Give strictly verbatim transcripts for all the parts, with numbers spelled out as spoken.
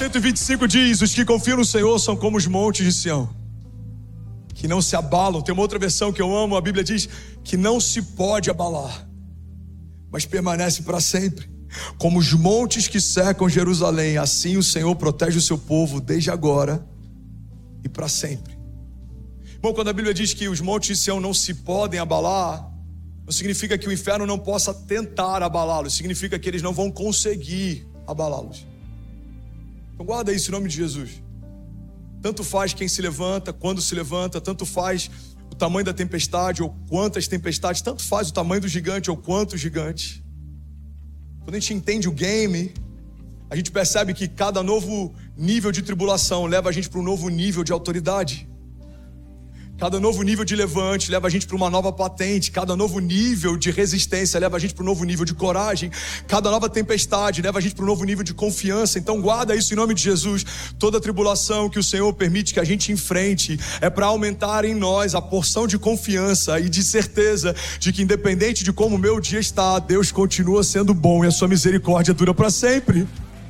cento e vinte e cinco diz: os que confiam no Senhor são como os montes de Sião, que não se abalam. Tem uma outra versão que eu amo, a Bíblia diz que não se pode abalar, mas permanece para sempre. Como os montes que cercam Jerusalém, assim o Senhor protege o seu povo desde agora e para sempre. Bom, quando a Bíblia diz que os montes de Sião não se podem abalar, não significa que o inferno não possa tentar abalá-los, significa que eles não vão conseguir abalá-los. Então guarda isso em nome de Jesus. Tanto faz quem se levanta, quando se levanta, tanto faz o tamanho da tempestade ou quantas tempestades, tanto faz o tamanho do gigante ou quantos gigantes. Quando a gente entende o game, a gente percebe que cada novo nível de tribulação leva a gente para um novo nível de autoridade. Cada novo nível de levante leva a gente para uma nova patente. Cada novo nível de resistência leva a gente para um novo nível de coragem. Cada nova tempestade leva a gente para um novo nível de confiança. Então guarda isso em nome de Jesus. Toda tribulação que o Senhor permite que a gente enfrente é para aumentar em nós a porção de confiança e de certeza de que, independente de como o meu dia está, Deus continua sendo bom e a sua misericórdia dura para sempre.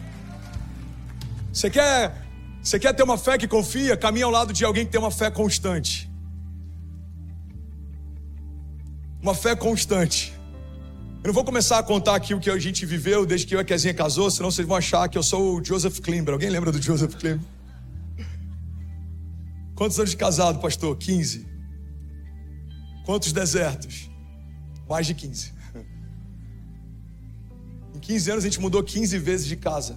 Você quer, você quer ter uma fé que confia? Caminha ao lado de alguém que tem uma fé constante. Uma fé constante. Eu não vou começar a contar aqui o que a gente viveu desde que eu e a Kezinha casou, senão vocês vão achar que eu sou o Joseph Klimber. Alguém lembra do Joseph Klimber? Quantos anos de casado, pastor? quinze. Quantos desertos? Mais de quinze. Em quinze anos a gente mudou quinze vezes de casa.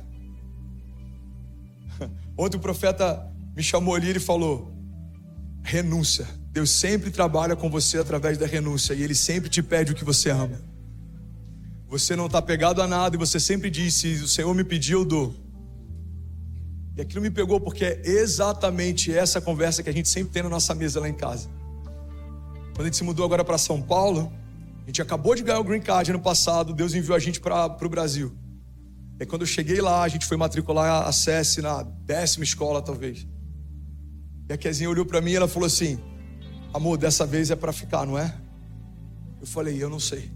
Ontem o profeta me chamou ali e ele falou: renúncia. Deus sempre trabalha com você através da renúncia e Ele sempre te pede o que você ama. Você não está pegado a nada e você sempre diz: se o Senhor me pedir, eu dou. E aquilo me pegou porque é exatamente essa conversa que a gente sempre tem na nossa mesa lá em casa. Quando a gente se mudou agora para São Paulo, a gente acabou de ganhar o Green Card ano passado, Deus enviou a gente para o Brasil. E quando eu cheguei lá, a gente foi matricular a S E S na décima escola talvez. E a Kezinha olhou para mim e ela falou assim: amor, dessa vez é para ficar, não é? Eu falei: eu não sei.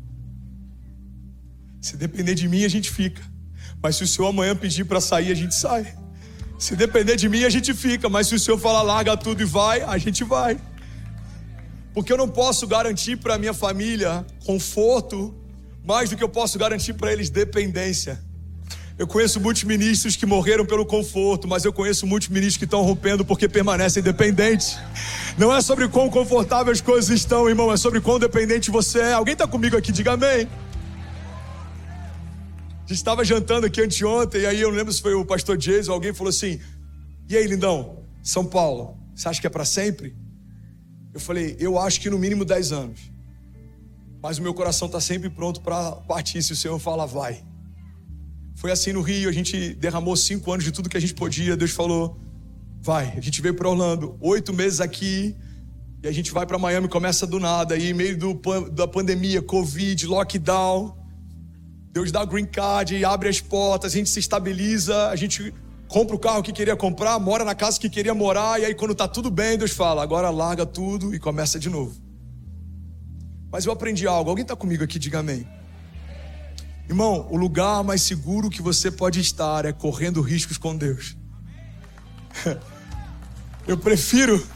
Se depender de mim, a gente fica. Mas se o Senhor amanhã pedir para sair, a gente sai. Se depender de mim, a gente fica. Mas se o Senhor falar larga tudo e vai, a gente vai. Porque eu não posso garantir para minha família conforto mais do que eu posso garantir para eles dependência. Eu conheço muitos ministros que morreram pelo conforto, mas eu conheço muitos ministros que estão rompendo porque permanecem dependentes. Não é sobre quão confortável as coisas estão, irmão, é sobre quão dependente você é. Alguém está comigo aqui? Diga amém. A gente estava jantando aqui anteontem, e aí eu não lembro se foi o pastor Jason, alguém falou assim: e aí, lindão, São Paulo, você acha que é para sempre? Eu falei: eu acho que no mínimo dez anos. Mas o meu coração está sempre pronto para partir se o Senhor fala vai. Foi assim no Rio, a gente derramou cinco anos de tudo que a gente podia. Deus falou: vai. A gente veio para Orlando, oito meses aqui, e a gente vai para Miami, começa do nada. E em meio do, da pandemia, Covid, lockdown, Deus dá o green card, abre as portas, a gente se estabiliza, a gente compra o carro que queria comprar, mora na casa que queria morar, e aí quando tá tudo bem, Deus fala: agora larga tudo e começa de novo. Mas eu aprendi algo. Alguém tá comigo aqui? Diga amém. Irmão, o lugar mais seguro que você pode estar é correndo riscos com Deus. Eu prefiro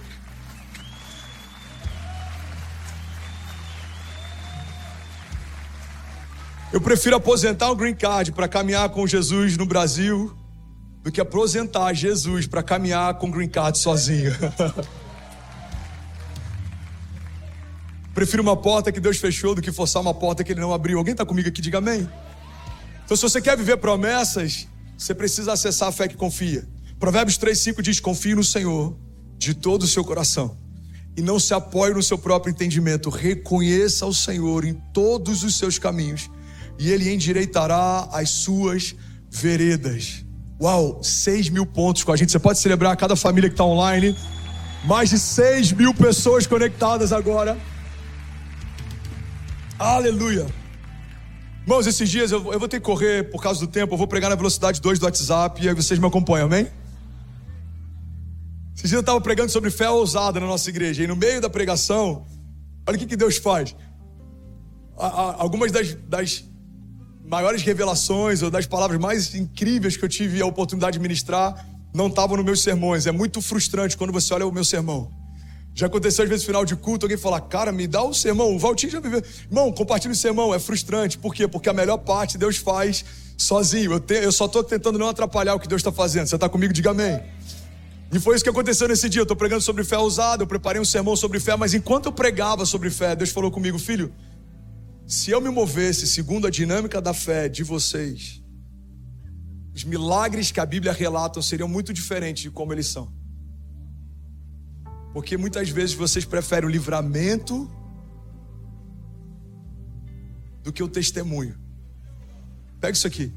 Eu prefiro aposentar o Green Card para caminhar com Jesus no Brasil do que aposentar Jesus para caminhar com o Green Card sozinho. Prefiro uma porta que Deus fechou do que forçar uma porta que Ele não abriu. Alguém está comigo aqui? Diga amém. Então, se você quer viver promessas, você precisa acessar a fé que confia. Provérbios três, cinco diz: confie no Senhor de todo o seu coração e não se apoie no seu próprio entendimento. Reconheça o Senhor em todos os seus caminhos e Ele endireitará as suas veredas. Uau, seis mil pontos com a gente. Você pode celebrar cada família que está online. Mais de seis mil pessoas conectadas agora. Aleluia. Irmãos, esses dias eu, eu vou ter que correr por causa do tempo. Eu vou pregar na velocidade dois do WhatsApp e aí vocês me acompanham, amém? Esses dias eu estava pregando sobre fé ousada na nossa igreja. E no meio da pregação, olha o que, que Deus faz. A, a, algumas das, das maiores revelações ou das palavras mais incríveis que eu tive a oportunidade de ministrar não estavam nos meus sermões. É muito frustrante quando você olha o meu sermão. Já aconteceu às vezes no final de culto, alguém fala, cara, me dá o sermão. O Valtinho já viveu. Irmão, compartilha o sermão. É frustrante. Por quê? Porque a melhor parte Deus faz sozinho. Eu, te, eu só estou tentando não atrapalhar o que Deus está fazendo. Você está comigo? Diga amém. E foi isso que aconteceu nesse dia. Eu estou pregando sobre fé ousada. Eu preparei um sermão sobre fé. Mas enquanto eu pregava sobre fé, Deus falou comigo, filho, se eu me movesse segundo a dinâmica da fé de vocês, os milagres que a Bíblia relata seriam muito diferentes de como eles são. Porque muitas vezes vocês preferem o livramento do que o testemunho. Pega isso aqui.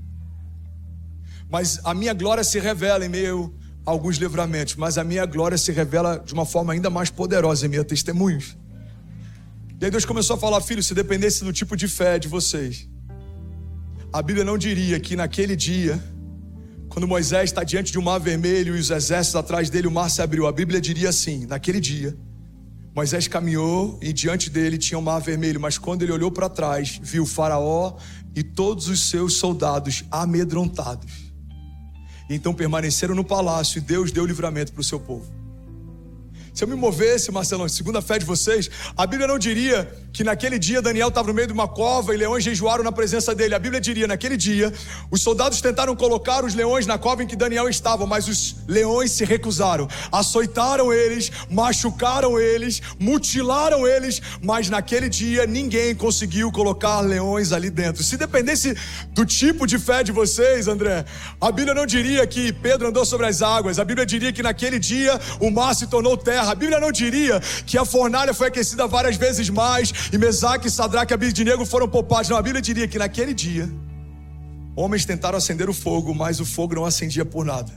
Mas a minha glória se revela em meio a alguns livramentos, mas a minha glória se revela de uma forma ainda mais poderosa em meio a testemunhos. E aí Deus começou a falar, filho, se dependesse do tipo de fé de vocês, a Bíblia não diria que naquele dia, quando Moisés está diante de um mar vermelho e os exércitos atrás dele, o mar se abriu. A Bíblia diria assim, naquele dia, Moisés caminhou e diante dele tinha um mar vermelho, mas quando ele olhou para trás, viu Faraó e todos os seus soldados amedrontados. Então permaneceram no palácio e Deus deu livramento para o seu povo. Se eu me movesse, Marcelão, segundo a fé de vocês, a Bíblia não diria que naquele dia Daniel estava no meio de uma cova e leões jejuaram na presença dele. A Bíblia diria, naquele dia, os soldados tentaram colocar os leões na cova em que Daniel estava, mas os leões se recusaram. Açoitaram eles, machucaram eles, mutilaram eles, mas naquele dia ninguém conseguiu colocar leões ali dentro. Se dependesse do tipo de fé de vocês, André, a Bíblia não diria que Pedro andou sobre as águas. A Bíblia diria que naquele dia o mar se tornou terra. A Bíblia não diria que a fornalha foi aquecida várias vezes mais e Mesaque, Sadraque e Abednego foram poupados. Não, a Bíblia diria que naquele dia homens tentaram acender o fogo, mas o fogo não acendia por nada.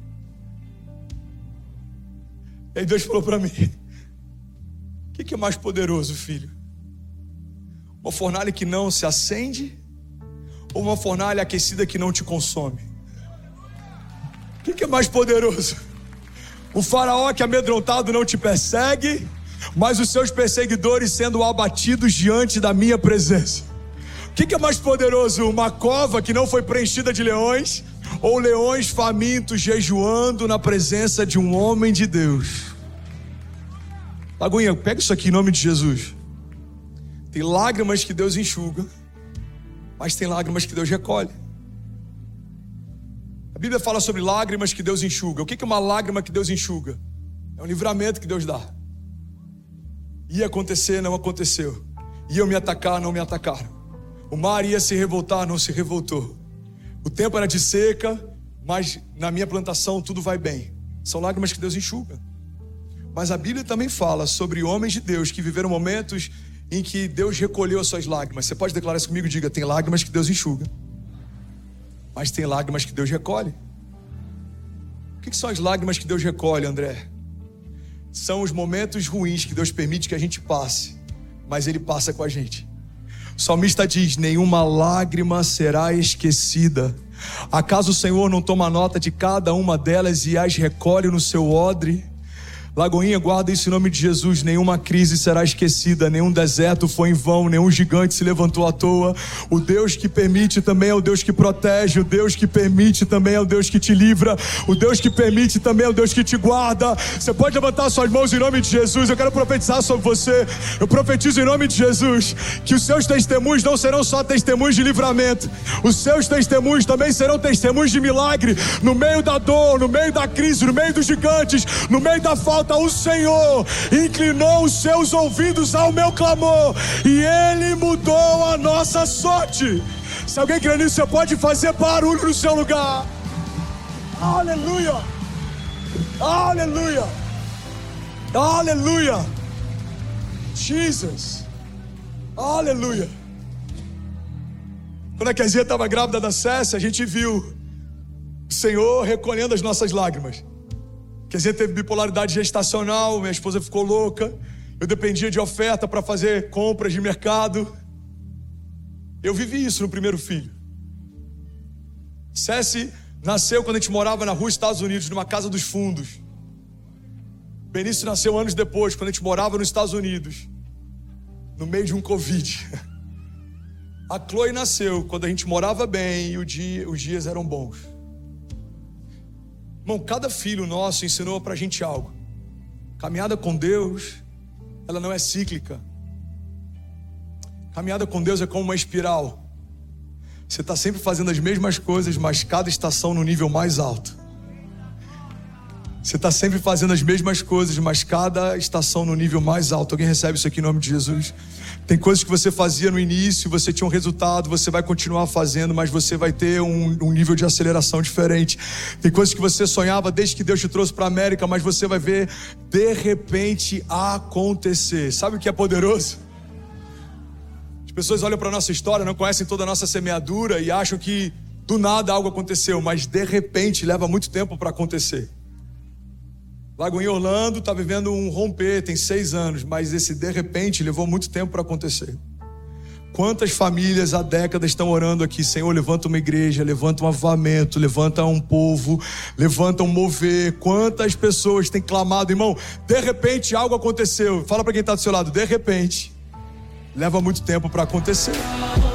E aí Deus falou para mim, o que, que é mais poderoso, filho? Uma fornalha que não se acende ou uma fornalha aquecida que não te consome? O que, que é mais poderoso? O faraó que amedrontado não te persegue, mas os seus perseguidores sendo abatidos diante da minha presença. O que, que é mais poderoso? Uma cova que não foi preenchida de leões, ou leões famintos jejuando na presença de um homem de Deus? Lagoinha, pega isso aqui em nome de Jesus. Tem lágrimas que Deus enxuga, mas tem lágrimas que Deus recolhe. A Bíblia fala sobre lágrimas que Deus enxuga. O que é uma lágrima que Deus enxuga? É um livramento que Deus dá. Ia acontecer, não aconteceu. Iam me atacar, não me atacaram. O mar ia se revoltar, não se revoltou. O tempo era de seca, mas na minha plantação tudo vai bem. São lágrimas que Deus enxuga. Mas a Bíblia também fala sobre homens de Deus que viveram momentos em que Deus recolheu as suas lágrimas. Você pode declarar isso comigo? Diga, tem lágrimas que Deus enxuga, mas tem lágrimas que Deus recolhe. O que são as lágrimas que Deus recolhe, André? São os momentos ruins que Deus permite que a gente passe, mas Ele passa com a gente. O salmista diz, nenhuma lágrima será esquecida. Acaso o Senhor não toma nota de cada uma delas e as recolhe no seu odre? Lagoinha, guarda isso em nome de Jesus. Nenhuma crise será esquecida, nenhum deserto foi em vão, nenhum gigante se levantou à toa. O Deus que permite também é o Deus que protege. O Deus que permite também é o Deus que te livra. O Deus que permite também é o Deus que te guarda. Você pode levantar suas mãos em nome de Jesus. Eu quero profetizar sobre você. Eu profetizo em nome de Jesus que os seus testemunhos não serão só testemunhos de livramento. Os seus testemunhos também serão testemunhos de milagre. No meio da dor, no meio da crise, no meio dos gigantes, no meio da falta, o Senhor inclinou os seus ouvidos ao meu clamor e Ele mudou a nossa sorte. Se alguém crê nisso, você pode fazer barulho no seu lugar. Aleluia, aleluia, aleluia, Jesus, aleluia. Quando a Kezia estava grávida da Cécia, a gente viu o Senhor recolhendo as nossas lágrimas. Quer dizer, teve bipolaridade gestacional, minha esposa ficou louca, eu dependia de oferta para fazer compras de mercado. Eu vivi isso no primeiro filho. Cessi nasceu quando a gente morava na rua Estados Unidos, numa casa dos fundos. Benício nasceu anos depois, quando a gente morava nos Estados Unidos, no meio de um Covid. A Chloe nasceu quando a gente morava bem e o dia, os dias eram bons. Irmão, cada filho nosso ensinou pra gente algo. Caminhada com Deus, ela não é cíclica. Caminhada com Deus é como uma espiral. Você está sempre fazendo as mesmas coisas, mas cada estação no nível mais alto. Você está sempre fazendo as mesmas coisas, mas cada estação no nível mais alto. Alguém recebe isso aqui em nome de Jesus? Tem coisas que você fazia no início, você tinha um resultado, você vai continuar fazendo, mas você vai ter um, um nível de aceleração diferente. Tem coisas que você sonhava desde que Deus te trouxe para a América, mas você vai ver de repente acontecer. Sabe o que é poderoso? As pessoas olham para a nossa história, não conhecem toda a nossa semeadura e acham que do nada algo aconteceu, mas de repente leva muito tempo para acontecer. Lago em Orlando está vivendo um romper, tem seis anos, mas esse de repente levou muito tempo para acontecer. Quantas famílias há décadas estão orando aqui, Senhor, levanta uma igreja, levanta um avivamento, levanta um povo, levanta um mover. Quantas pessoas têm clamado, irmão, de repente algo aconteceu. Fala para quem está do seu lado, de repente, leva muito tempo para acontecer.